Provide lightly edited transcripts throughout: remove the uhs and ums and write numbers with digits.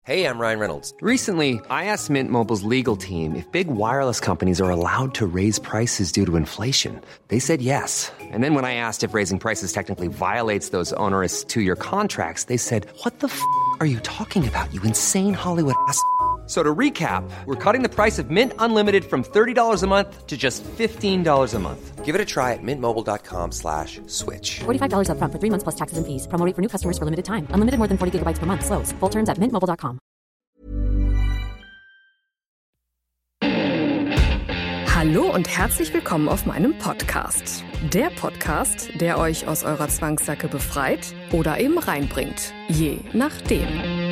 Hey, I'm Ryan Reynolds. Recently, I asked Mint Mobile's legal team if big wireless companies are allowed to raise prices due to inflation. They said yes. And then when I asked if raising prices technically violates those onerous two-year contracts, they said, "What the f*** are you talking about, you insane Hollywood ass?" So to recap, we're cutting the price of Mint Unlimited from $30 a month to just $15 a month. Give it a try at mintmobile.com/switch. $45 up front for 3 months plus taxes and fees. Promo rate for new customers for limited time. Unlimited more than 40 gigabytes per month. Slows full terms at mintmobile.com. Hallo und herzlich willkommen auf meinem Podcast. Der Podcast, der euch aus eurer Zwangssacke befreit oder eben reinbringt. Je nachdem.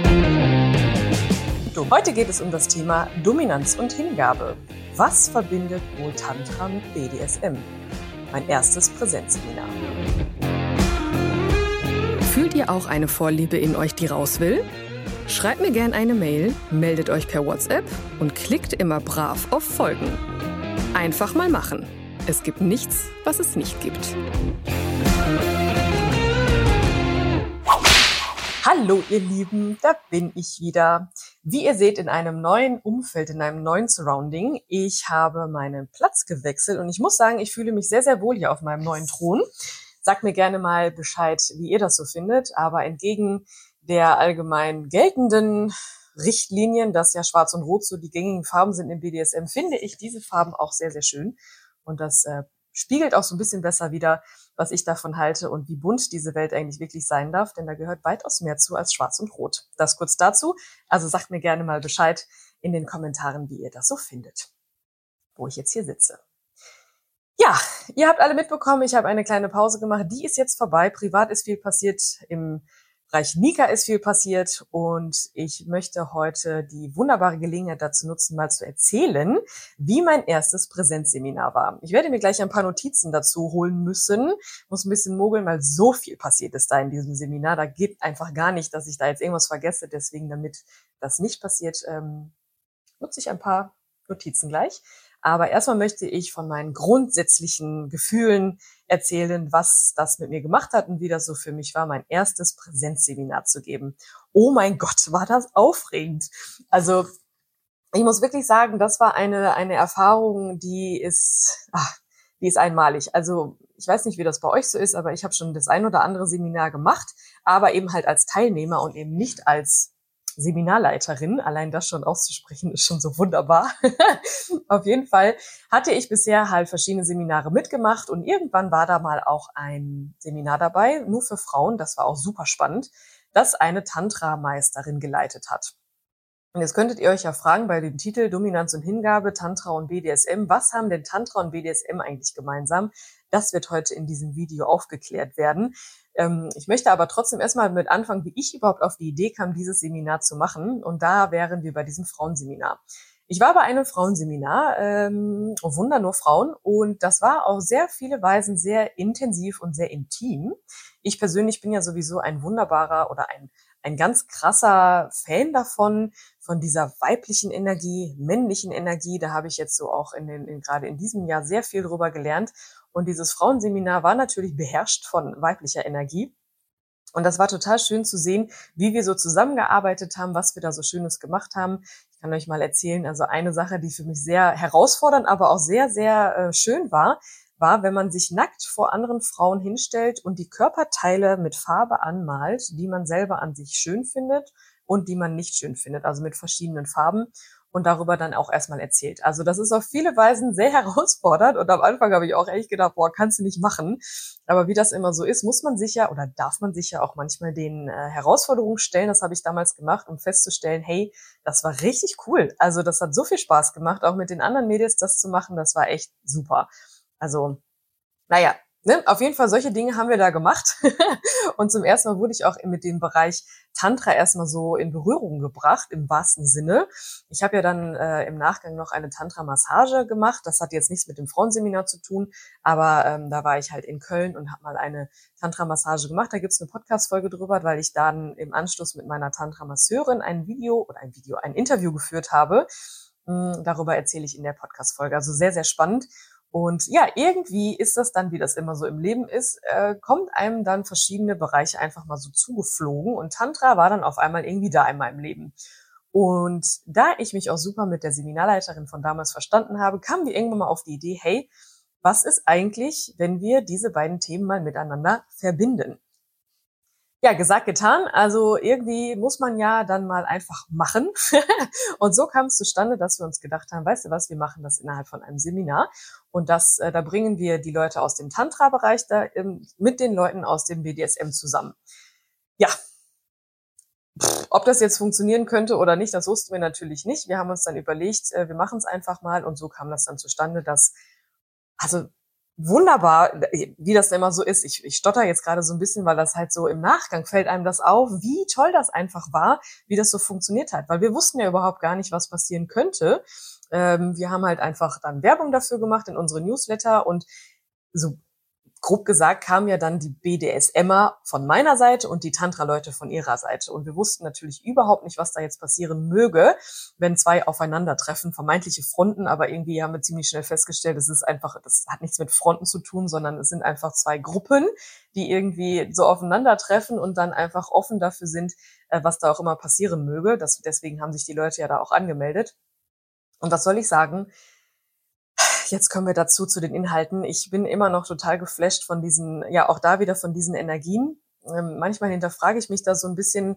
So, heute geht es um das Thema Dominanz und Hingabe. Was verbindet wohl Tantra mit BDSM? Mein erstes Präsenzseminar. Fühlt ihr auch eine Vorliebe in euch, die raus will? Schreibt mir gerne eine Mail, meldet euch per WhatsApp und klickt immer brav auf Folgen. Einfach mal machen. Es gibt nichts, was es nicht gibt. Hallo ihr Lieben, da bin ich wieder. Wie ihr seht, in einem neuen Umfeld, in einem neuen Surrounding. Ich habe meinen Platz gewechselt und ich muss sagen, ich fühle mich sehr, sehr wohl hier auf meinem neuen Thron. Sagt mir gerne mal Bescheid, wie ihr das so findet. Aber entgegen der allgemein geltenden Richtlinien, dass ja Schwarz und Rot so die gängigen Farben sind im BDSM, finde ich diese Farben auch sehr, sehr schön. Und das spiegelt auch so ein bisschen besser wider, was ich davon halte und wie bunt diese Welt eigentlich wirklich sein darf, denn da gehört weitaus mehr zu als Schwarz und Rot. Das kurz dazu. Also sagt mir gerne mal Bescheid in den Kommentaren, wie ihr das so findet, wo ich jetzt hier sitze. Ja, ihr habt alle mitbekommen, ich habe eine kleine Pause gemacht. Die ist jetzt vorbei. Privat ist viel passiert, im Bereich Nika ist viel passiert und ich möchte heute die wunderbare Gelegenheit dazu nutzen, mal zu erzählen, wie mein erstes Präsenzseminar war. Ich werde mir gleich ein paar Notizen dazu holen müssen, muss ein bisschen mogeln, weil so viel passiert ist da in diesem Seminar. Da geht einfach gar nicht, dass ich da jetzt irgendwas vergesse. Deswegen, damit das nicht passiert, nutze ich ein paar Notizen gleich. Aber erstmal möchte ich von meinen grundsätzlichen Gefühlen erzählen, was das mit mir gemacht hat und wie das so für mich war, mein erstes Präsenzseminar zu geben. Oh mein Gott, war das aufregend. Also ich muss wirklich sagen, das war eine Erfahrung, die ist einmalig. Also ich weiß nicht, wie das bei euch so ist, aber ich habe schon das ein oder andere Seminar gemacht, aber eben halt als Teilnehmer und eben nicht als Seminarleiterin. Allein das schon auszusprechen ist schon so wunderbar. Auf jeden Fall hatte ich bisher halt verschiedene Seminare mitgemacht und irgendwann war da mal auch ein Seminar dabei, nur für Frauen, das war auch super spannend, das eine Tantra-Meisterin geleitet hat. Und jetzt könntet ihr euch ja fragen bei dem Titel Dominanz und Hingabe, Tantra und BDSM, was haben denn Tantra und BDSM eigentlich gemeinsam? Das wird heute in diesem Video aufgeklärt werden. Ich möchte aber trotzdem erstmal mit anfangen, wie ich überhaupt auf die Idee kam, dieses Seminar zu machen. Und da wären wir bei diesem Frauenseminar. Ich war bei einem Frauenseminar, Wunder nur Frauen, und das war auf sehr viele Weisen sehr intensiv und sehr intim. Ich persönlich bin ja sowieso ein wunderbarer oder ein ganz krasser Fan davon, von dieser weiblichen Energie, männlichen Energie. Da habe ich jetzt so auch gerade in diesem Jahr sehr viel drüber gelernt. Und dieses Frauenseminar war natürlich beherrscht von weiblicher Energie. Und das war total schön zu sehen, wie wir so zusammengearbeitet haben, was wir da so Schönes gemacht haben. Ich kann euch mal erzählen, also eine Sache, die für mich sehr herausfordernd, aber auch sehr, sehr schön war, wenn man sich nackt vor anderen Frauen hinstellt und die Körperteile mit Farbe anmalt, die man selber an sich schön findet und die man nicht schön findet, also mit verschiedenen Farben. Und darüber dann auch erstmal erzählt. Also das ist auf viele Weisen sehr herausfordernd und am Anfang habe ich auch echt gedacht, boah, kannst du nicht machen. Aber wie das immer so ist, muss man sich ja oder darf man sich ja auch manchmal den Herausforderungen stellen. Das habe ich damals gemacht, um festzustellen, hey, das war richtig cool. Also das hat so viel Spaß gemacht, auch mit den anderen Mädels das zu machen, das war echt super. Also, naja, ne? Auf jeden Fall solche Dinge haben wir da gemacht. Und zum ersten Mal wurde ich auch mit dem Bereich Tantra erstmal so in Berührung gebracht, im wahrsten Sinne. Ich habe ja dann im Nachgang noch eine Tantra-Massage gemacht. Das hat jetzt nichts mit dem Frauenseminar zu tun, aber da war ich halt in Köln und habe mal eine Tantra-Massage gemacht. Da gibt's eine Podcast-Folge drüber, weil ich dann im Anschluss mit meiner Tantra-Masseurin ein Interview geführt habe. Darüber erzähle ich in der Podcast-Folge. Also sehr, sehr spannend. Und ja, irgendwie ist das dann, wie das immer so im Leben ist, kommt einem dann verschiedene Bereiche einfach mal so zugeflogen. Und Tantra war dann auf einmal irgendwie da in meinem Leben. Und da ich mich auch super mit der Seminarleiterin von damals verstanden habe, kamen wir irgendwann mal auf die Idee, hey, was ist eigentlich, wenn wir diese beiden Themen mal miteinander verbinden? Ja, gesagt, getan. Also irgendwie muss man ja dann mal einfach machen. Und so kam es zustande, dass wir uns gedacht haben, weißt du was, wir machen das innerhalb von einem Seminar. Und da bringen wir die Leute aus dem Tantra-Bereich mit den Leuten aus dem BDSM zusammen. Ja, ob das jetzt funktionieren könnte oder nicht, das wussten wir natürlich nicht. Wir haben uns dann überlegt, wir machen es einfach mal. Und so kam das dann zustande, also wunderbar, wie das immer so ist. Ich stotter jetzt gerade so ein bisschen, weil das halt so im Nachgang fällt einem das auf, wie toll das einfach war, wie das so funktioniert hat. Weil wir wussten ja überhaupt gar nicht, was passieren könnte. Wir haben halt einfach dann Werbung dafür gemacht in unsere Newsletter und so grob gesagt kamen ja dann die BDSMer von meiner Seite und die Tantra-Leute von ihrer Seite. Und wir wussten natürlich überhaupt nicht, was da jetzt passieren möge, wenn zwei aufeinandertreffen, vermeintliche Fronten, aber irgendwie haben wir ziemlich schnell festgestellt, das hat nichts mit Fronten zu tun, sondern es sind einfach zwei Gruppen, die irgendwie so aufeinandertreffen und dann einfach offen dafür sind, was da auch immer passieren möge. Deswegen haben sich die Leute ja da auch angemeldet. Und was soll ich sagen? Jetzt kommen wir dazu zu den Inhalten. Ich bin immer noch total geflasht von ja auch da wieder von diesen Energien. Manchmal hinterfrage ich mich da so ein bisschen,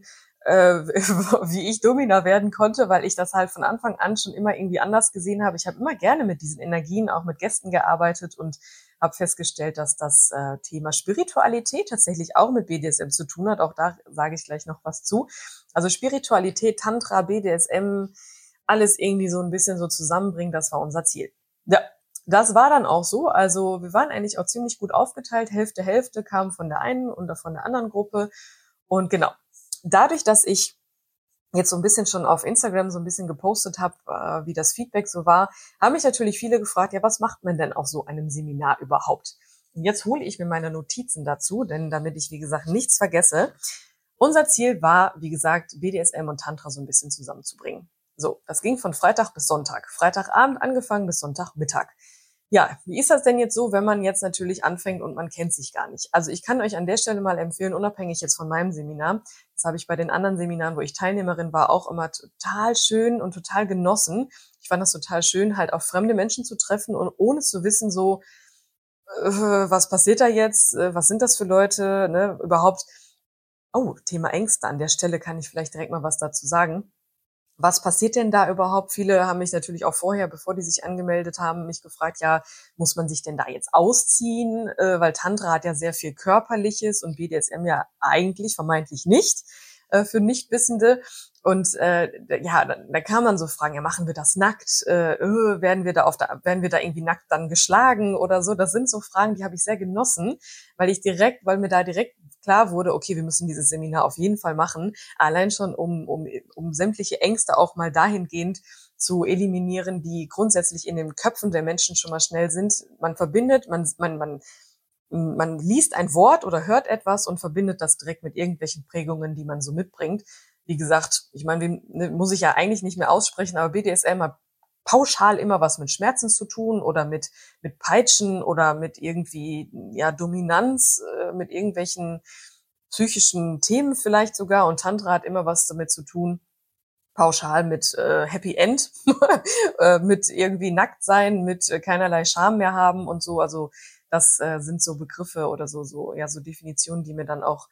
wie ich Domina werden konnte, weil ich das halt von Anfang an schon immer irgendwie anders gesehen habe. Ich habe immer gerne mit diesen Energien, auch mit Gästen gearbeitet und habe festgestellt, dass das Thema Spiritualität tatsächlich auch mit BDSM zu tun hat. Auch da sage ich gleich noch was zu. Also Spiritualität, Tantra, BDSM, alles irgendwie so ein bisschen so zusammenbringen, das war unser Ziel. Ja, das war dann auch so. Also wir waren eigentlich auch ziemlich gut aufgeteilt. Hälfte kam von der einen und von der anderen Gruppe. Und genau, dadurch, dass ich jetzt so ein bisschen schon auf Instagram so ein bisschen gepostet habe, wie das Feedback so war, haben mich natürlich viele gefragt, ja, was macht man denn auf so einem Seminar überhaupt? Und jetzt hole ich mir meine Notizen dazu, denn damit ich, wie gesagt, nichts vergesse. Unser Ziel war, wie gesagt, BDSM und Tantra so ein bisschen zusammenzubringen. So, das ging von Freitag bis Sonntag. Freitagabend angefangen bis Sonntagmittag. Ja, wie ist das denn jetzt so, wenn man jetzt natürlich anfängt und man kennt sich gar nicht? Also ich kann euch an der Stelle mal empfehlen, unabhängig jetzt von meinem Seminar, das habe ich bei den anderen Seminaren, wo ich Teilnehmerin war, auch immer total schön und total genossen. Ich fand das total schön, halt auch fremde Menschen zu treffen und ohne zu wissen, so, was passiert da jetzt, was sind das für Leute, ne, überhaupt. Oh, Thema Ängste, an der Stelle kann ich vielleicht direkt mal was dazu sagen. Was passiert denn da überhaupt? Viele haben mich natürlich auch vorher, bevor die sich angemeldet haben, mich gefragt, ja, muss man sich denn da jetzt ausziehen? Weil Tantra hat ja sehr viel Körperliches und BDSM ja eigentlich vermeintlich nicht, für Nichtwissende. Und ja, da kann man so fragen, ja, machen wir das nackt? Werden wir da irgendwie nackt dann geschlagen oder so? Das sind so Fragen, die habe ich sehr genossen, weil mir da direkt klar wurde, okay, wir müssen dieses Seminar auf jeden Fall machen, allein schon um sämtliche Ängste auch mal dahingehend zu eliminieren, die grundsätzlich in den Köpfen der Menschen schon mal schnell sind. Man verbindet, man liest ein Wort oder hört etwas und verbindet das direkt mit irgendwelchen Prägungen, die man so mitbringt. Wie gesagt, ich meine, muss ich ja eigentlich nicht mehr aussprechen, aber BDSM hat pauschal immer was mit Schmerzen zu tun oder mit Peitschen oder mit irgendwie, ja, Dominanz, mit irgendwelchen psychischen Themen vielleicht sogar. Und Tantra hat immer was damit zu tun, pauschal mit Happy End, mit irgendwie nackt sein, mit keinerlei Scham mehr haben und so. Also das sind so Begriffe oder so Definitionen, die mir dann auch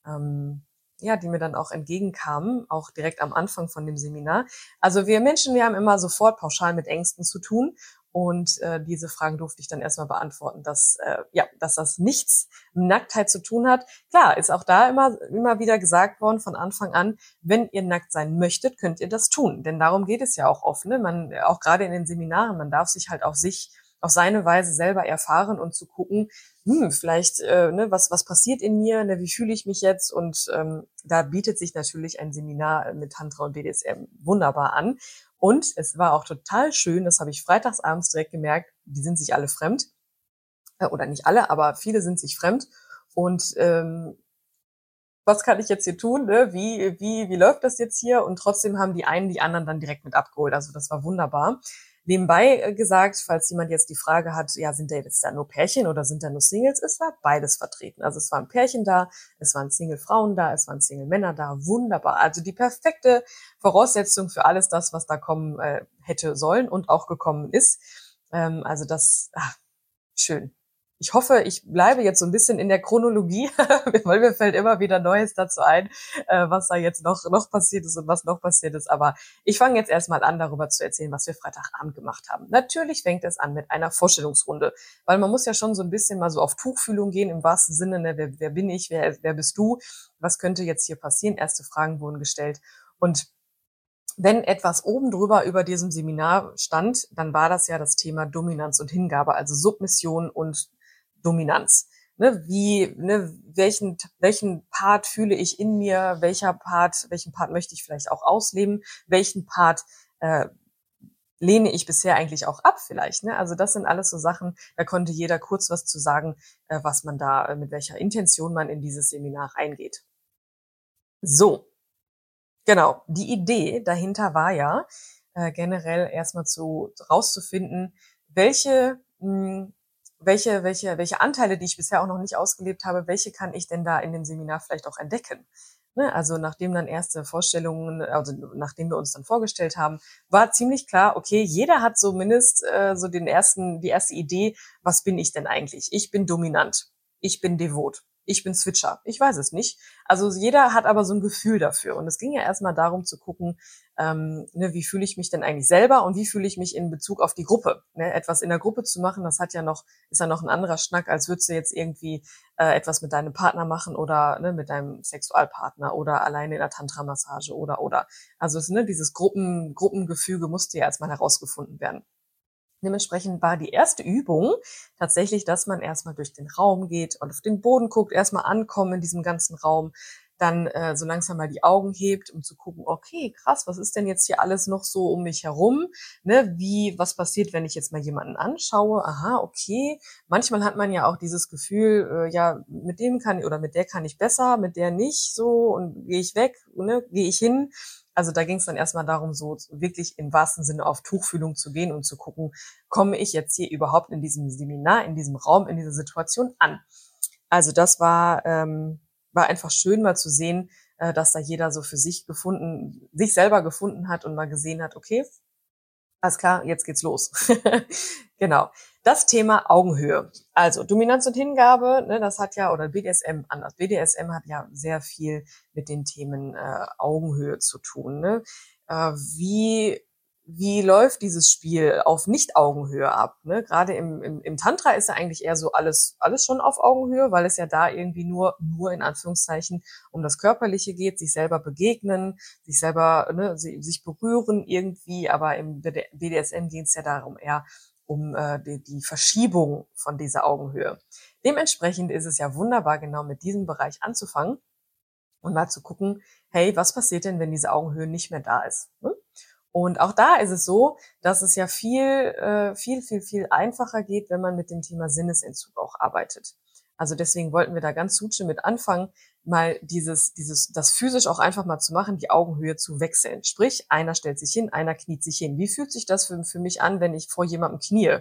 entgegenkamen, auch direkt am Anfang von dem Seminar. Also wir Menschen, wir haben immer sofort pauschal mit Ängsten zu tun. Und diese Fragen durfte ich dann erstmal beantworten, dass das nichts mit Nacktheit zu tun hat. Klar, ist auch da immer wieder gesagt worden von Anfang an, wenn ihr nackt sein möchtet, könnt ihr das tun. Denn darum geht es ja auch oft, ne? Auch gerade in den Seminaren, man darf sich halt auf seine Weise selber erfahren und zu gucken, vielleicht, was passiert in mir, ne, wie fühle ich mich jetzt? Und da bietet sich natürlich ein Seminar mit Tantra und BDSM wunderbar an. Und es war auch total schön, das habe ich freitagsabends direkt gemerkt, die sind sich alle fremd. Oder nicht alle, aber viele sind sich fremd. Und was kann ich jetzt hier tun? Ne? Wie läuft das jetzt hier? Und trotzdem haben die einen die anderen dann direkt mit abgeholt. Also das war wunderbar. Nebenbei gesagt, falls jemand jetzt die Frage hat, ja, sind da jetzt da nur Pärchen oder sind da nur Singles, ist da beides vertreten. Also es waren Pärchen da, es waren Single-Frauen da, es waren Single-Männer da, wunderbar. Also die perfekte Voraussetzung für alles das, was da kommen hätte sollen und auch gekommen ist. Also das, schön. Ich hoffe, ich bleibe jetzt so ein bisschen in der Chronologie, weil mir fällt immer wieder Neues dazu ein, was da jetzt noch passiert ist und was noch passiert ist. Aber ich fange jetzt erstmal an, darüber zu erzählen, was wir Freitagabend gemacht haben. Natürlich fängt es an mit einer Vorstellungsrunde, weil man muss ja schon so ein bisschen mal so auf Tuchfühlung gehen, im wahrsten Sinne, ne, wer bin ich, wer bist du, was könnte jetzt hier passieren? Erste Fragen wurden gestellt. Und wenn etwas oben drüber über diesem Seminar stand, dann war das ja das Thema Dominanz und Hingabe, also Submission und Dominanz. Welchen Part fühle ich in mir? Welchen Part möchte ich vielleicht auch ausleben? Welchen Part lehne ich bisher eigentlich auch ab vielleicht? Ne? Also das sind alles so Sachen, da konnte jeder kurz was zu sagen, was man da, mit welcher Intention man in dieses Seminar reingeht. So, genau. Die Idee dahinter war ja generell erstmal rauszufinden, welche Anteile, die ich bisher auch noch nicht ausgelebt habe, welche kann ich denn da in dem Seminar vielleicht auch entdecken? Ne? Also nachdem dann erste Vorstellungen, also nachdem wir uns dann vorgestellt haben, war ziemlich klar, okay, jeder hat zumindest so die erste Idee, was bin ich denn eigentlich? Ich bin dominant, ich bin devot, ich bin Switcher, ich weiß es nicht. Also jeder hat aber so ein Gefühl dafür. Und es ging ja erstmal darum zu gucken, wie fühle ich mich denn eigentlich selber und wie fühle ich mich in Bezug auf die Gruppe. Ne? Etwas in der Gruppe zu machen, ist ja noch ein anderer Schnack, als würdest du jetzt irgendwie etwas mit deinem Partner machen oder mit deinem Sexualpartner oder alleine in der Tantra-Massage oder. Also dieses Gruppengefüge musste ja erstmal herausgefunden werden. Dementsprechend war die erste Übung tatsächlich, dass man erstmal durch den Raum geht und auf den Boden guckt, erstmal ankommen in diesem ganzen Raum, dann so langsam mal die Augen hebt, um zu gucken, okay, krass, was ist denn jetzt hier alles noch so um mich herum? Ne, was passiert, wenn ich jetzt mal jemanden anschaue? Aha, okay. Manchmal hat man ja auch dieses Gefühl, ja, mit dem mit der kann ich besser, mit der nicht so und gehe ich weg, ne, gehe ich hin. Also da ging es dann erstmal darum, so wirklich im wahrsten Sinne auf Tuchfühlung zu gehen und zu gucken, komme ich jetzt hier überhaupt in diesem Seminar, in diesem Raum, in dieser Situation an? Also das war einfach schön mal zu sehen, dass da jeder so für sich selber gefunden hat und mal gesehen hat, okay, alles klar, jetzt geht's los. Genau. Das Thema Augenhöhe. Also Dominanz und Hingabe, ne, das hat ja, oder BDSM anders. BDSM hat ja sehr viel mit den Themen Augenhöhe zu tun. Ne? Wie läuft dieses Spiel auf Nicht-Augenhöhe ab? Ne? Gerade im Tantra ist ja eigentlich eher so alles schon auf Augenhöhe, weil es ja da irgendwie nur in Anführungszeichen um das Körperliche geht, sich selber begegnen, sich selber, sich berühren irgendwie, aber im BDSM geht es ja darum eher um die Verschiebung von dieser Augenhöhe. Dementsprechend ist es ja wunderbar, genau mit diesem Bereich anzufangen und mal zu gucken, hey, was passiert denn, wenn diese Augenhöhe nicht mehr da ist? Ne? Und auch da ist es so, dass es ja viel einfacher geht, wenn man mit dem Thema Sinnesentzug auch arbeitet. Also deswegen wollten wir da ganz Suche mit anfangen, mal das physisch auch einfach mal zu machen, die Augenhöhe zu wechseln. Sprich, einer stellt sich hin, einer kniet sich hin. Wie fühlt sich das für mich an, wenn ich vor jemandem knie?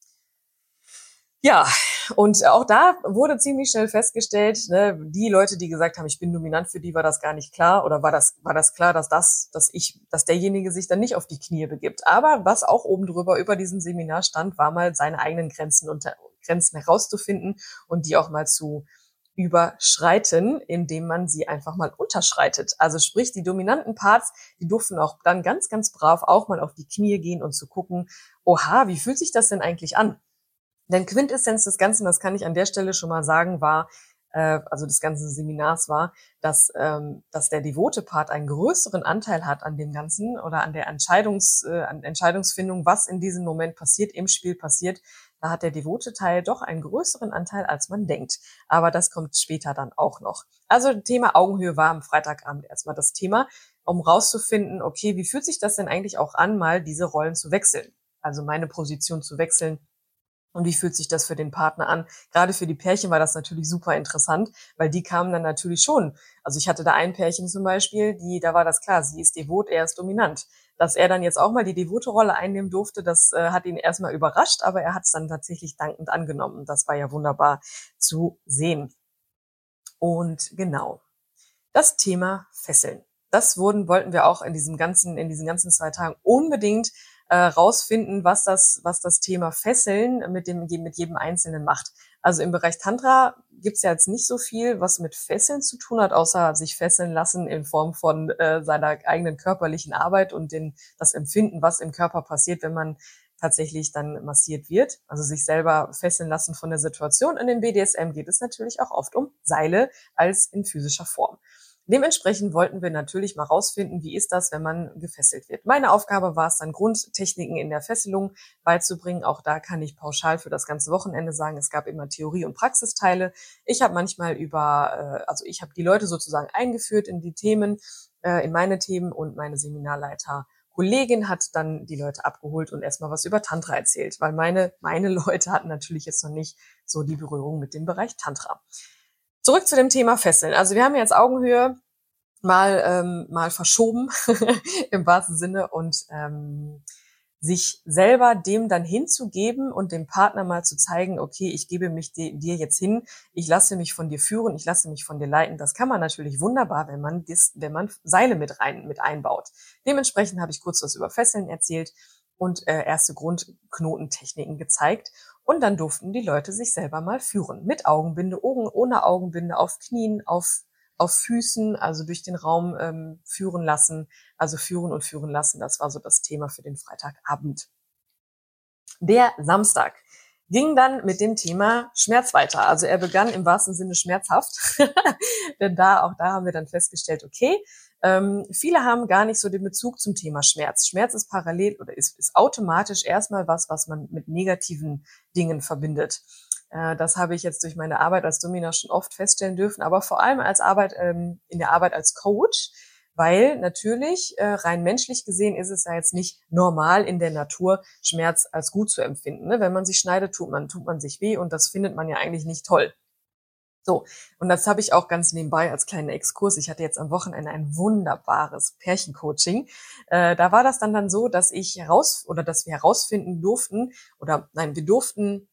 Ja, und auch da wurde ziemlich schnell festgestellt, ne, die Leute, die gesagt haben, ich bin dominant, für die war das gar nicht klar, oder war das klar, dass derjenige sich dann nicht auf die Knie begibt. Aber was auch oben drüber über diesem Seminar stand, war mal seine eigenen Grenzen herauszufinden und die auch mal zu überschreiten, indem man sie einfach mal unterschreitet. Also sprich, die dominanten Parts, die durften auch dann ganz, ganz brav auch mal auf die Knie gehen und zu gucken, oha, wie fühlt sich das denn eigentlich an? Denn Quintessenz des Ganzen, das kann ich an der Stelle schon mal sagen, war, also des ganzen Seminars war, dass der devote Part einen größeren Anteil hat an dem Ganzen oder an der Entscheidungsfindung, was in diesem Moment passiert, im Spiel passiert. Da hat der devote Teil doch einen größeren Anteil, als man denkt. Aber das kommt später dann auch noch. Also Thema Augenhöhe war am Freitagabend erstmal das Thema, um rauszufinden, okay, wie fühlt sich das denn eigentlich auch an, mal diese Rollen zu wechseln? Also meine Position zu wechseln Und wie fühlt sich das für den Partner an? Gerade für die Pärchen war das natürlich super interessant, weil die kamen dann natürlich schon. Also ich hatte da ein Pärchen zum Beispiel, da war das klar, sie ist devot, er ist dominant. Dass er dann jetzt auch mal die devote Rolle einnehmen durfte, das hat ihn erstmal überrascht, aber er hat es dann tatsächlich dankend angenommen. Das war ja wunderbar zu sehen. Und genau, das Thema Fesseln. Wollten wir auch in diesen ganzen 2 Tagen unbedingt rausfinden, was das Thema Fesseln mit jedem Einzelnen macht. Also im Bereich Tantra gibt's ja jetzt nicht so viel, was mit Fesseln zu tun hat, außer sich fesseln lassen in Form von seiner eigenen körperlichen Arbeit und das Empfinden, was im Körper passiert, wenn man tatsächlich dann massiert wird. Also sich selber fesseln lassen von der Situation. In dem BDSM geht es natürlich auch oft um Seile als in physischer Form. Dementsprechend wollten wir natürlich mal rausfinden, wie ist das, wenn man gefesselt wird. Meine Aufgabe war es dann, Grundtechniken in der Fesselung beizubringen. Auch da kann ich pauschal für das ganze Wochenende sagen, es gab immer Theorie- und Praxisteile. Ich habe manchmal ich habe die Leute sozusagen eingeführt in die Themen, in meine Themen, und meine Seminarleiter-Kollegin hat dann die Leute abgeholt und erstmal was über Tantra erzählt, weil meine Leute hatten natürlich jetzt noch nicht so die Berührung mit dem Bereich Tantra. Zurück zu dem Thema Fesseln. Also wir haben jetzt Augenhöhe mal verschoben im wahrsten Sinne, und sich selber dem dann hinzugeben und dem Partner mal zu zeigen, okay, ich gebe mich dir jetzt hin, ich lasse mich von dir führen, ich lasse mich von dir leiten. Das kann man natürlich wunderbar, wenn man Seile mit einbaut. Dementsprechend habe ich kurz was über Fesseln erzählt und erste Grundknotentechniken gezeigt. Und dann durften die Leute sich selber mal führen. Mit Augenbinde, ohne Augenbinde, auf Knien, auf Füßen, also durch den Raum führen lassen. Also führen und führen lassen, das war so das Thema für den Freitagabend. Der Samstag ging dann mit dem Thema Schmerz weiter. Also er begann im wahrsten Sinne schmerzhaft. Denn auch da haben wir dann festgestellt, okay, viele haben gar nicht so den Bezug zum Thema Schmerz. Schmerz ist parallel oder ist automatisch erstmal was man mit negativen Dingen verbindet. Das habe ich jetzt durch meine Arbeit als Domina schon oft feststellen dürfen, aber vor allem in der Arbeit als Coach, weil natürlich rein menschlich gesehen ist es ja jetzt nicht normal in der Natur, Schmerz als gut zu empfinden. Ne? Wenn man sich schneidet, tut man sich weh, und das findet man ja eigentlich nicht toll. So, und das habe ich auch ganz nebenbei als kleinen Exkurs. Ich hatte jetzt am Wochenende ein wunderbares Pärchencoaching. Da war das dann so, dass wir herausfinden durften, wir durften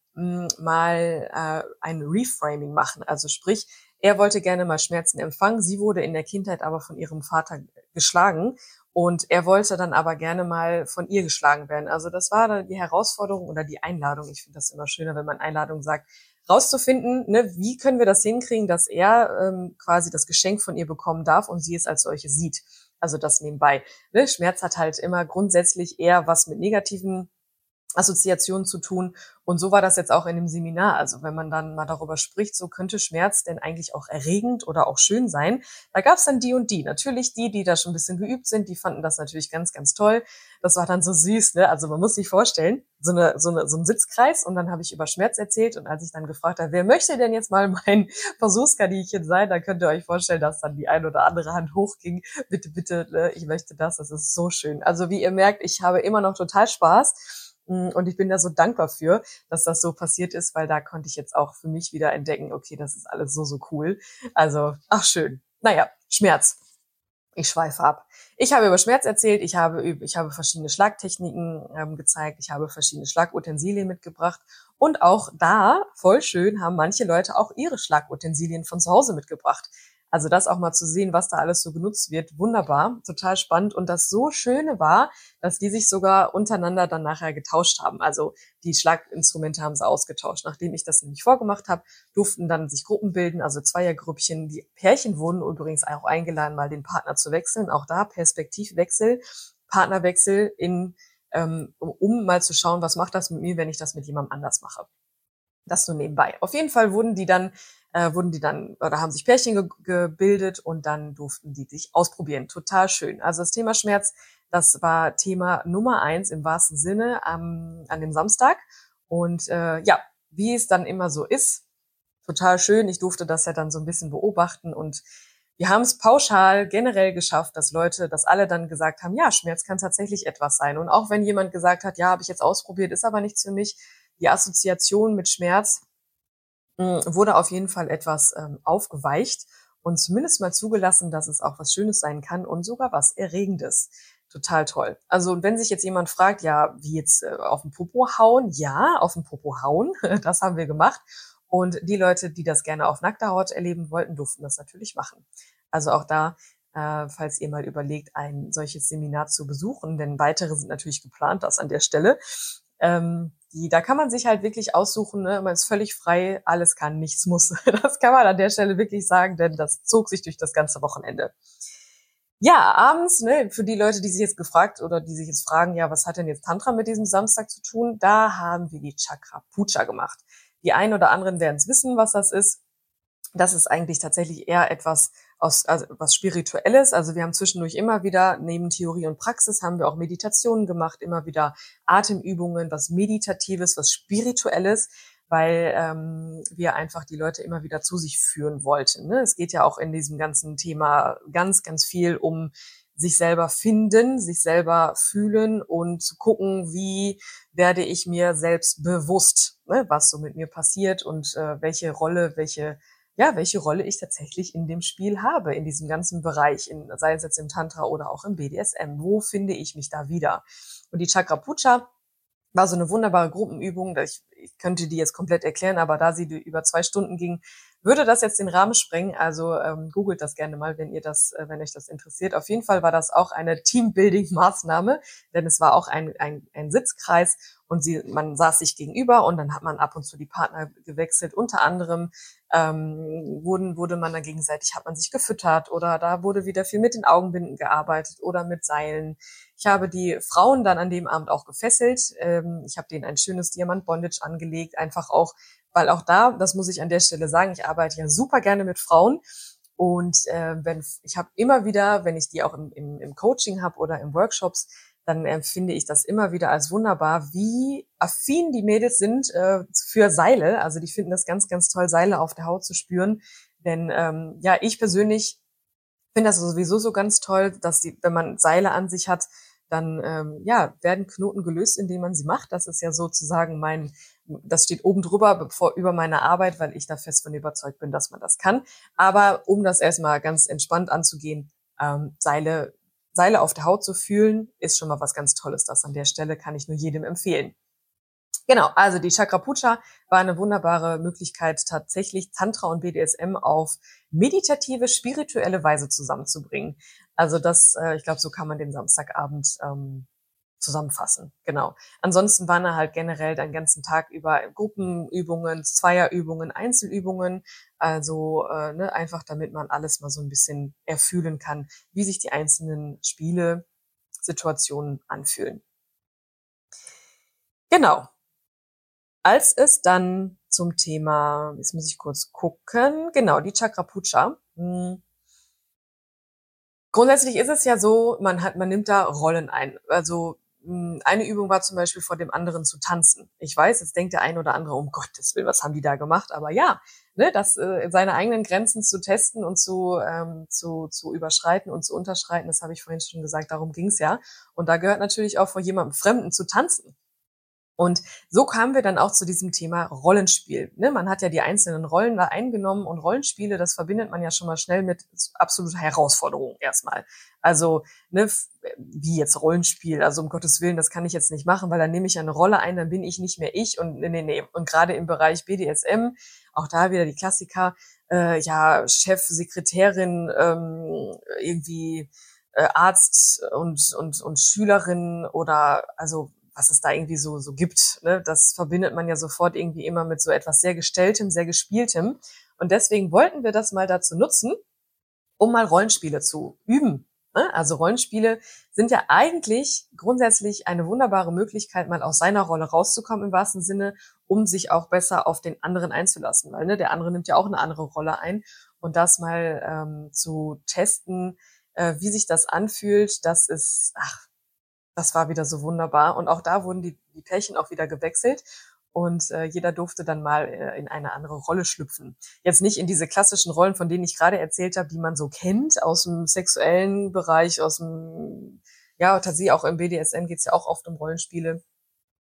mal ein Reframing machen. Also sprich, er wollte gerne mal Schmerzen empfangen. Sie wurde in der Kindheit aber von ihrem Vater geschlagen. Und er wollte dann aber gerne mal von ihr geschlagen werden. Also das war dann die Herausforderung oder die Einladung. Ich finde das immer schöner, wenn man Einladung sagt, rauszufinden, ne, wie können wir das hinkriegen, dass er quasi das Geschenk von ihr bekommen darf und sie es als solche sieht. Also das nebenbei. Ne? Schmerz hat halt immer grundsätzlich eher was mit negativen Assoziationen zu tun. Und so war das jetzt auch in dem Seminar. Also wenn man dann mal darüber spricht, so könnte Schmerz denn eigentlich auch erregend oder auch schön sein. Da gab es dann die und die. Natürlich die da schon ein bisschen geübt sind, die fanden das natürlich ganz, ganz toll. Das war dann so süß, ne? Also man muss sich vorstellen, so ein Sitzkreis, und dann habe ich über Schmerz erzählt, und als ich dann gefragt habe, wer möchte denn jetzt mal mein Versuchskaninchen sein, dann könnt ihr euch vorstellen, dass dann die ein oder andere Hand hochging. Bitte, ne? Ich möchte das ist so schön. Also wie ihr merkt, ich habe immer noch total Spaß. Und ich bin da so dankbar für, dass das so passiert ist, weil da konnte ich jetzt auch für mich wieder entdecken, okay, das ist alles so, so cool. Also, ach schön. Naja, Schmerz. Ich schweife ab. Ich habe über Schmerz erzählt, ich habe verschiedene Schlagtechniken gezeigt, ich habe verschiedene Schlagutensilien mitgebracht, und auch da, voll schön, haben manche Leute auch ihre Schlagutensilien von zu Hause mitgebracht. Also das auch mal zu sehen, was da alles so genutzt wird, wunderbar, total spannend. Und das so Schöne war, dass die sich sogar untereinander dann nachher getauscht haben. Also die Schlaginstrumente haben sie ausgetauscht. Nachdem ich das nämlich vorgemacht habe, durften dann sich Gruppen bilden, also Zweiergrüppchen. Die Pärchen wurden übrigens auch eingeladen, mal den Partner zu wechseln. Auch da Perspektivwechsel, Partnerwechsel, um mal zu schauen, was macht das mit mir, wenn ich das mit jemandem anders mache. Das nur nebenbei. Auf jeden Fall wurden die dann oder haben sich Pärchen gebildet, und dann durften die sich ausprobieren. Total schön. Also das Thema Schmerz, das war Thema Nummer 1 im wahrsten Sinne an dem Samstag. Und wie es dann immer so ist, total schön. Ich durfte das ja dann so ein bisschen beobachten, und wir haben es pauschal generell geschafft, dass alle dann gesagt haben, ja, Schmerz kann tatsächlich etwas sein. Und auch wenn jemand gesagt hat, ja, habe ich jetzt ausprobiert, ist aber nichts für mich, die Assoziation mit Schmerz wurde auf jeden Fall etwas aufgeweicht und zumindest mal zugelassen, dass es auch was Schönes sein kann und sogar was Erregendes. Total toll. Also wenn sich jetzt jemand fragt, ja, wie jetzt auf den Popo hauen? Ja, auf den Popo hauen, das haben wir gemacht. Und die Leute, die das gerne auf nackter Haut erleben wollten, durften das natürlich machen. Also auch da, falls ihr mal überlegt, ein solches Seminar zu besuchen, denn weitere sind natürlich geplant, das an der Stelle. Da kann man sich halt wirklich aussuchen, ne? Man ist völlig frei, alles kann, nichts muss. Das kann man an der Stelle wirklich sagen, denn das zog sich durch das ganze Wochenende. Ja, abends, ne, für die Leute, die sich jetzt gefragt oder die sich jetzt fragen, ja, was hat denn jetzt Tantra mit diesem Samstag zu tun? Da haben wir die Chakra Puja gemacht. Die einen oder anderen werden es wissen, was das ist. Das ist eigentlich tatsächlich eher etwas also was Spirituelles. Also wir haben zwischendurch immer wieder, neben Theorie und Praxis, haben wir auch Meditationen gemacht, immer wieder Atemübungen, was Meditatives, was Spirituelles, weil wir einfach die Leute immer wieder zu sich führen wollten. Ne? Es geht ja auch in diesem ganzen Thema ganz, ganz viel um sich selber finden, sich selber fühlen und zu gucken, wie werde ich mir selbst bewusst, ne, was so mit mir passiert und welche Rolle ich tatsächlich in dem Spiel habe, in diesem ganzen Bereich, sei es jetzt im Tantra oder auch im BDSM. Wo finde ich mich da wieder? Und die Chakra Puja war so eine wunderbare Gruppenübung. Ich könnte die jetzt komplett erklären, aber da sie über 2 Stunden ging, würde das jetzt den Rahmen sprengen. Also googelt das gerne mal, wenn euch das interessiert. Auf jeden Fall war das auch eine Teambuilding-Maßnahme, denn es war auch ein Sitzkreis und man saß sich gegenüber und dann hat man ab und zu die Partner gewechselt. Unter anderem wurde man dann gegenseitig, hat man sich gefüttert oder da wurde wieder viel mit den Augenbinden gearbeitet oder mit Seilen. Ich habe die Frauen dann an dem Abend auch gefesselt. Ich habe denen ein schönes Diamant-Bondage angelegt, einfach auch, weil auch da, das muss ich an der Stelle sagen, ich arbeite ja super gerne mit Frauen und ich habe immer wieder, wenn ich die auch im Coaching habe oder in Workshops, dann empfinde ich das immer wieder als wunderbar, wie affin die Mädels sind für Seile. Also die finden das ganz, ganz toll, Seile auf der Haut zu spüren. Denn ich persönlich finde das sowieso so ganz toll, dass wenn man Seile an sich hat, dann werden Knoten gelöst, indem man sie macht. Das ist ja sozusagen das steht oben drüber über meine Arbeit, weil ich da fest von überzeugt bin, dass man das kann. Aber um das erstmal ganz entspannt anzugehen, Seile auf der Haut zu fühlen, ist schon mal was ganz Tolles. Das an der Stelle kann ich nur jedem empfehlen. Genau, also die Chakra Puja war eine wunderbare Möglichkeit, tatsächlich Tantra und BDSM auf meditative, spirituelle Weise zusammenzubringen. Also ich glaube, so kann man den Samstagabend zusammenfassen. Genau. Ansonsten waren da halt generell den ganzen Tag über Gruppenübungen, Zweierübungen, Einzelübungen. Also einfach, damit man alles mal so ein bisschen erfühlen kann, wie sich die einzelnen Situationen anfühlen. Genau. Als es dann zum Thema, jetzt muss ich kurz gucken, genau, die Chakra Puja. Grundsätzlich ist es ja so, man nimmt da Rollen ein. Also eine Übung war zum Beispiel vor dem anderen zu tanzen. Ich weiß, jetzt denkt der eine oder andere, um Gottes Willen, was haben die da gemacht? Aber ja, ne, seine eigenen Grenzen zu testen und zu überschreiten und zu unterschreiten, das habe ich vorhin schon gesagt, darum ging's ja. Und da gehört natürlich auch vor jemandem Fremden zu tanzen. Und so kamen wir dann auch zu diesem Thema Rollenspiel. Ne, man hat ja die einzelnen Rollen da eingenommen und Rollenspiele, das verbindet man ja schon mal schnell mit absoluter Herausforderung erstmal. Also, ne, wie jetzt Rollenspiel, also um Gottes Willen, das kann ich jetzt nicht machen, weil dann nehme ich ja eine Rolle ein, dann bin ich nicht mehr ich und nee. Und gerade im Bereich BDSM, auch da wieder die Klassiker, Chef, Sekretärin, irgendwie Arzt und Schülerin oder also was es da irgendwie so gibt, ne? Das verbindet man ja sofort irgendwie immer mit so etwas sehr Gestelltem, sehr Gespieltem. Und deswegen wollten wir das mal dazu nutzen, um mal Rollenspiele zu üben. Ne? Also Rollenspiele sind ja eigentlich grundsätzlich eine wunderbare Möglichkeit, mal aus seiner Rolle rauszukommen im wahrsten Sinne, um sich auch besser auf den anderen einzulassen. Weil der andere nimmt ja auch eine andere Rolle ein. Und das mal zu testen, wie sich das anfühlt, das war wieder so wunderbar. Und auch da wurden die Pärchen auch wieder gewechselt. Und jeder durfte dann mal in eine andere Rolle schlüpfen. Jetzt nicht in diese klassischen Rollen, von denen ich gerade erzählt habe, die man so kennt aus dem sexuellen Bereich, tatsächlich auch im BDSM geht's ja auch oft um Rollenspiele.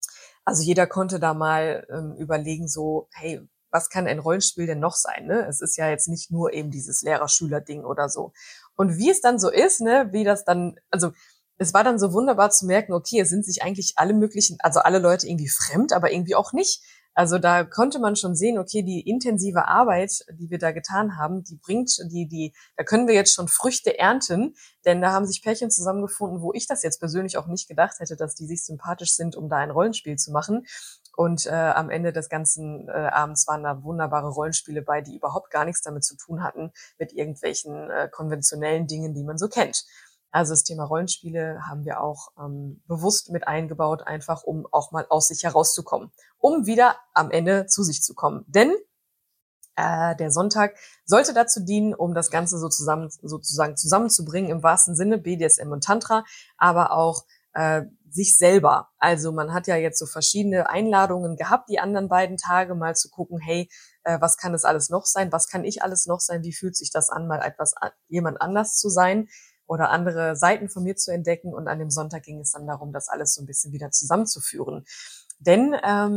Also jeder konnte da mal überlegen, so, hey, was kann ein Rollenspiel denn noch sein? Ne? Es ist ja jetzt nicht nur eben dieses Lehrer-Schüler-Ding oder so. Und wie es dann so ist, ne, wie das dann, also es war dann so wunderbar zu merken, okay, es sind sich eigentlich alle möglichen, also alle Leute irgendwie fremd, aber irgendwie auch nicht. Also da konnte man schon sehen, okay, die intensive Arbeit, die wir da getan haben, die bringt, da können wir jetzt schon Früchte ernten, denn da haben sich Pärchen zusammengefunden, wo ich das jetzt persönlich auch nicht gedacht hätte, dass die sich sympathisch sind, um da ein Rollenspiel zu machen. Und am Ende des ganzen Abends waren da wunderbare Rollenspiele bei, die überhaupt gar nichts damit zu tun hatten, mit irgendwelchen konventionellen Dingen, die man so kennt. Also das Thema Rollenspiele haben wir auch bewusst mit eingebaut, einfach um auch mal aus sich herauszukommen, um wieder am Ende zu sich zu kommen. Denn der Sonntag sollte dazu dienen, um das Ganze sozusagen zusammenzubringen, im wahrsten Sinne BDSM und Tantra, aber auch sich selber. Also man hat ja jetzt so verschiedene Einladungen gehabt, die anderen beiden Tage mal zu gucken, hey, was kann es alles noch sein? Was kann ich alles noch sein? Wie fühlt sich das an, mal jemand anders zu sein oder andere Seiten von mir zu entdecken? Und an dem Sonntag ging es dann darum, das alles so ein bisschen wieder zusammenzuführen. Denn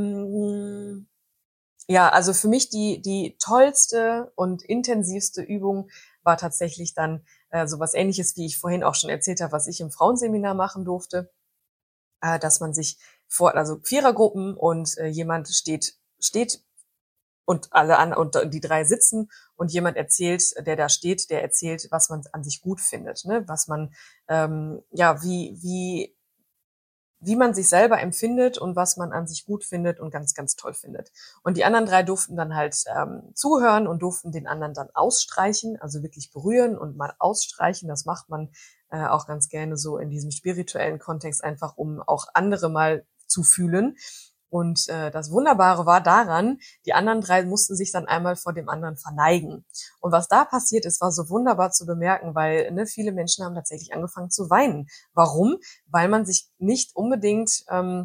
ja, also für mich die tollste und intensivste Übung war tatsächlich dann sowas Ähnliches, wie ich vorhin auch schon erzählt habe, was ich im Frauenseminar machen durfte, dass man sich also Vierergruppen und jemand steht und und die drei sitzen und jemand erzählt, der da steht, der erzählt, was man an sich gut findet, ne, was man ja wie man sich selber empfindet und was man an sich gut findet und ganz, ganz toll findet. Und die anderen drei durften dann halt zuhören und durften den anderen dann ausstreichen, also wirklich berühren und mal ausstreichen. Das macht man auch ganz gerne so in diesem spirituellen Kontext, einfach um auch andere mal zu fühlen. Und das Wunderbare war daran, die anderen drei mussten sich dann einmal vor dem anderen verneigen. Und was da passiert ist, war so wunderbar zu bemerken, weil viele Menschen haben tatsächlich angefangen zu weinen. Warum? Weil man sich nicht unbedingt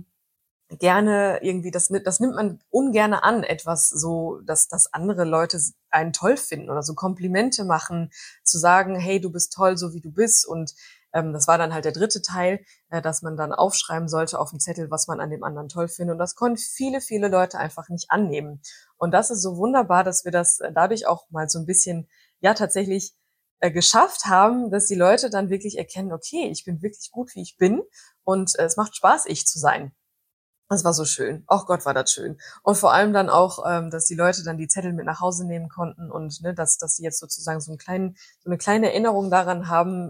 gerne irgendwie, das nimmt man ungerne an, etwas so, dass andere Leute einen toll finden oder so Komplimente machen, zu sagen, hey, du bist toll, so wie du bist. Und das war dann halt der dritte Teil, dass man dann aufschreiben sollte auf dem Zettel, was man an dem anderen toll findet. Und das konnten viele, viele Leute einfach nicht annehmen. Und das ist so wunderbar, dass wir das dadurch auch mal so ein bisschen, ja, tatsächlich geschafft haben, dass die Leute dann wirklich erkennen, okay, ich bin wirklich gut, wie ich bin. Und es macht Spaß, ich zu sein. Das war so schön. Ach Gott, war das schön. Und vor allem dann auch, dass die Leute dann die Zettel mit nach Hause nehmen konnten und dass sie jetzt sozusagen so eine kleine Erinnerung daran haben,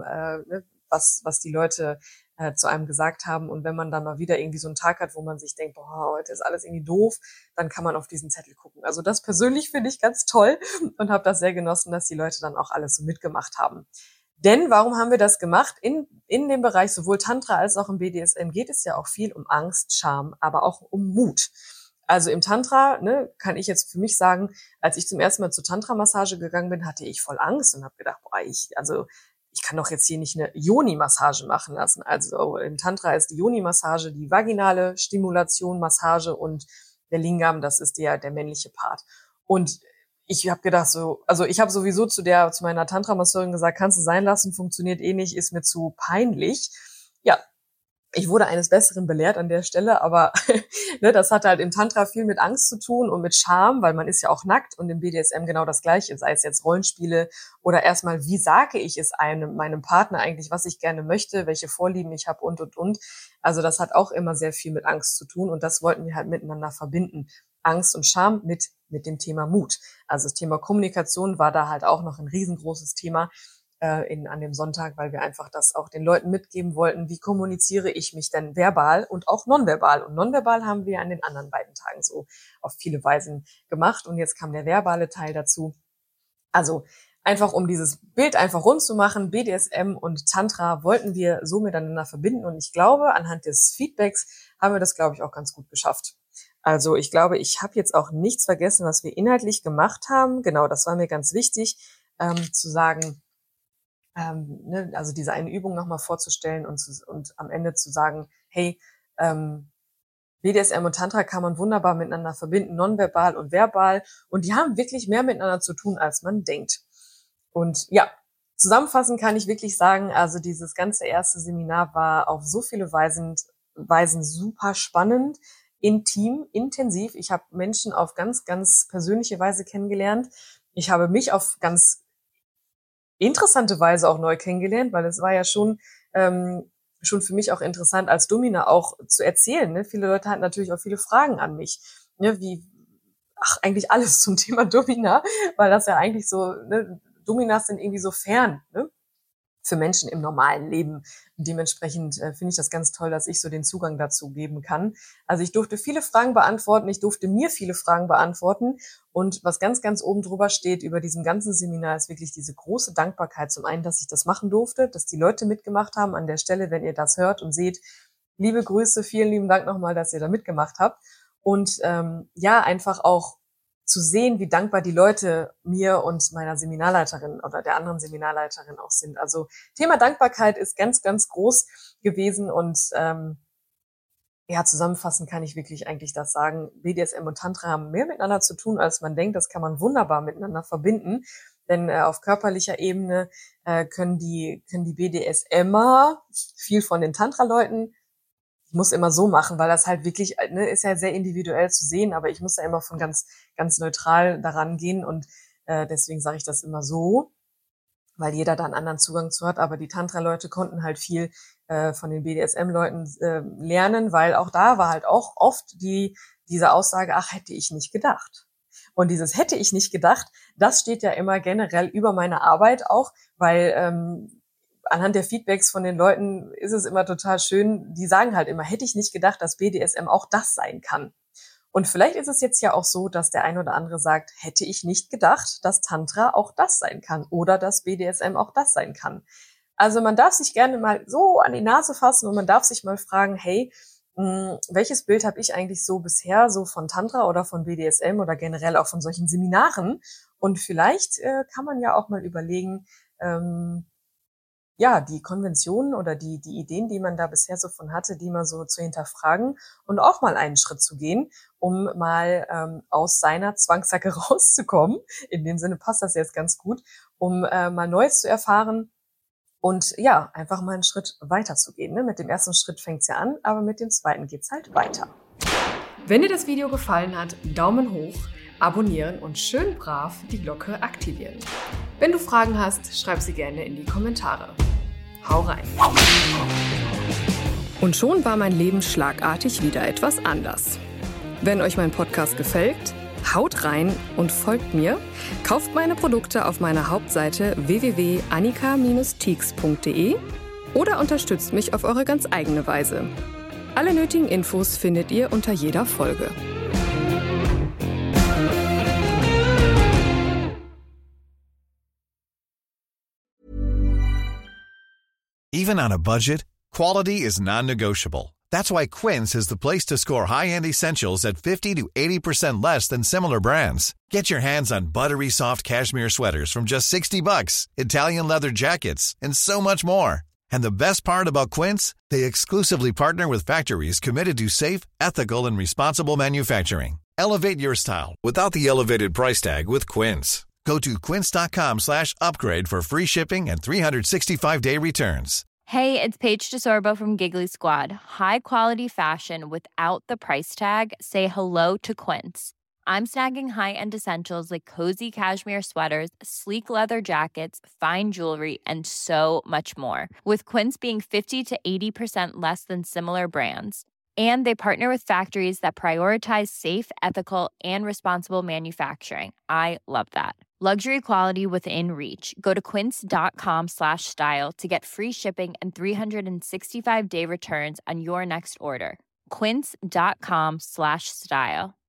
was die Leute zu einem gesagt haben. Und wenn man dann mal wieder irgendwie so einen Tag hat, wo man sich denkt, boah, heute ist alles irgendwie doof, dann kann man auf diesen Zettel gucken. Also das persönlich finde ich ganz toll und habe das sehr genossen, dass die Leute dann auch alles so mitgemacht haben. Denn warum haben wir das gemacht? In dem Bereich sowohl Tantra als auch im BDSM geht es ja auch viel um Angst, Scham, aber auch um Mut. Also im Tantra, kann ich jetzt für mich sagen, als ich zum ersten Mal zur Tantra-Massage gegangen bin, hatte ich voll Angst und habe gedacht, boah, ich kann doch jetzt hier nicht eine Yoni-Massage machen lassen. Also im Tantra ist die Yoni-Massage die vaginale Stimulation, Massage und der Lingam, das ist der männliche Part. Und ich habe gedacht ich habe sowieso zu meiner Tantra-Masseurin gesagt, kannst du sein lassen, funktioniert eh nicht, ist mir zu peinlich. Ja, ich wurde eines Besseren belehrt an der Stelle, aber das hat halt im Tantra viel mit Angst zu tun und mit Scham, weil man ist ja auch nackt und im BDSM genau das Gleiche, sei es jetzt Rollenspiele oder erstmal, wie sage ich es meinem Partner eigentlich, was ich gerne möchte, welche Vorlieben ich habe und. Also das hat auch immer sehr viel mit Angst zu tun und das wollten wir halt miteinander verbinden. Angst und Scham mit dem Thema Mut. Also das Thema Kommunikation war da halt auch noch ein riesengroßes Thema an dem Sonntag, weil wir einfach das auch den Leuten mitgeben wollten, wie kommuniziere ich mich denn verbal und auch nonverbal. Und nonverbal haben wir an den anderen beiden Tagen so auf viele Weisen gemacht. Und jetzt kam der verbale Teil dazu. Also einfach um dieses Bild einfach rund zu machen, BDSM und Tantra wollten wir so miteinander verbinden. Und ich glaube, anhand des Feedbacks haben wir das, glaube ich, auch ganz gut geschafft. Also ich glaube, ich habe jetzt auch nichts vergessen, was wir inhaltlich gemacht haben. Genau, das war mir ganz wichtig, zu sagen, also diese eine Übung nochmal vorzustellen und am Ende zu sagen, hey, BDSM und Tantra kann man wunderbar miteinander verbinden, nonverbal und verbal. Und die haben wirklich mehr miteinander zu tun, als man denkt. Und ja, zusammenfassend kann ich wirklich sagen, also dieses ganze erste Seminar war auf so viele Weisen super spannend, intim, intensiv. Ich habe Menschen auf ganz, ganz persönliche Weise kennengelernt. Ich habe mich auf ganz interessante Weise auch neu kennengelernt, weil es war ja schon für mich auch interessant, als Domina auch zu erzählen. Ne? Viele Leute hatten natürlich auch viele Fragen an mich. Ne? Eigentlich alles zum Thema Domina, weil das ja eigentlich so, ne? Dominas sind irgendwie so fern, ne? Für Menschen im normalen Leben. Und dementsprechend finde ich das ganz toll, dass ich so den Zugang dazu geben kann. Also ich durfte viele Fragen beantworten, ich durfte mir viele Fragen beantworten. Und was ganz, ganz oben drüber steht über diesem ganzen Seminar, ist wirklich diese große Dankbarkeit. Zum einen, dass ich das machen durfte, dass die Leute mitgemacht haben. An der Stelle, wenn ihr das hört und seht, liebe Grüße, vielen lieben Dank nochmal, dass ihr da mitgemacht habt. Und einfach auch zu sehen, wie dankbar die Leute mir und meiner Seminarleiterin oder der anderen Seminarleiterin auch sind. Also Thema Dankbarkeit ist ganz, ganz groß gewesen und zusammenfassend kann ich wirklich eigentlich das sagen. BDSM und Tantra haben mehr miteinander zu tun, als man denkt. Das kann man wunderbar miteinander verbinden. Denn auf körperlicher Ebene können die BDSMer viel von den Tantra-Leuten. Ich muss immer so machen, weil das halt wirklich, ne, ist ja sehr individuell zu sehen, aber ich muss da immer von ganz, ganz neutral daran gehen und deswegen sage ich das immer so, weil jeder da einen anderen Zugang zu hat. Aber die Tantra-Leute konnten halt viel von den BDSM-Leuten lernen, weil auch da war halt auch oft diese Aussage, ach, hätte ich nicht gedacht. Und dieses hätte ich nicht gedacht, das steht ja immer generell über meine Arbeit auch, weil anhand der Feedbacks von den Leuten ist es immer total schön, die sagen halt immer, hätte ich nicht gedacht, dass BDSM auch das sein kann. Und vielleicht ist es jetzt ja auch so, dass der ein oder andere sagt, hätte ich nicht gedacht, dass Tantra auch das sein kann oder dass BDSM auch das sein kann. Also man darf sich gerne mal so an die Nase fassen und man darf sich mal fragen, hey, welches Bild habe ich eigentlich so bisher so von Tantra oder von BDSM oder generell auch von solchen Seminaren? Und vielleicht kann man ja auch mal überlegen, die Konventionen oder die Ideen, die man da bisher so von hatte, die mal so zu hinterfragen und auch mal einen Schritt zu gehen, um mal aus seiner Zwangssacke rauszukommen. In dem Sinne passt das jetzt ganz gut, um mal Neues zu erfahren und ja, einfach mal einen Schritt weiter zu gehen. Ne? Mit dem ersten Schritt fängt's ja an, aber mit dem zweiten geht's halt weiter. Wenn dir das Video gefallen hat, Daumen hoch, abonnieren und schön brav die Glocke aktivieren. Wenn du Fragen hast, schreib sie gerne in die Kommentare. Hau rein! Und schon war mein Leben schlagartig wieder etwas anders. Wenn euch mein Podcast gefällt, haut rein und folgt mir, kauft meine Produkte auf meiner Hauptseite www.annika-teaks.de oder unterstützt mich auf eure ganz eigene Weise. Alle nötigen Infos findet ihr unter jeder Folge. Even on a budget, quality is non-negotiable. That's why Quince is the place to score high-end essentials at 50 to 80% less than similar brands. Get your hands on buttery soft cashmere sweaters from just $60, Italian leather jackets, and so much more. And the best part about Quince, they exclusively partner with factories committed to safe, ethical, and responsible manufacturing. Elevate your style without the elevated price tag with Quince. Go to quince.com/upgrade for free shipping and 365-day returns. Hey, it's Paige DeSorbo from Giggly Squad. High quality fashion without the price tag. Say hello to Quince. I'm snagging high-end essentials like cozy cashmere sweaters, sleek leather jackets, fine jewelry, and so much more. With Quince being 50 to 80% less than similar brands. And they partner with factories that prioritize safe, ethical, and responsible manufacturing. I love that. Luxury quality within reach. Go to quince.com/style to get free shipping and 365-day returns on your next order. Quince.com/style.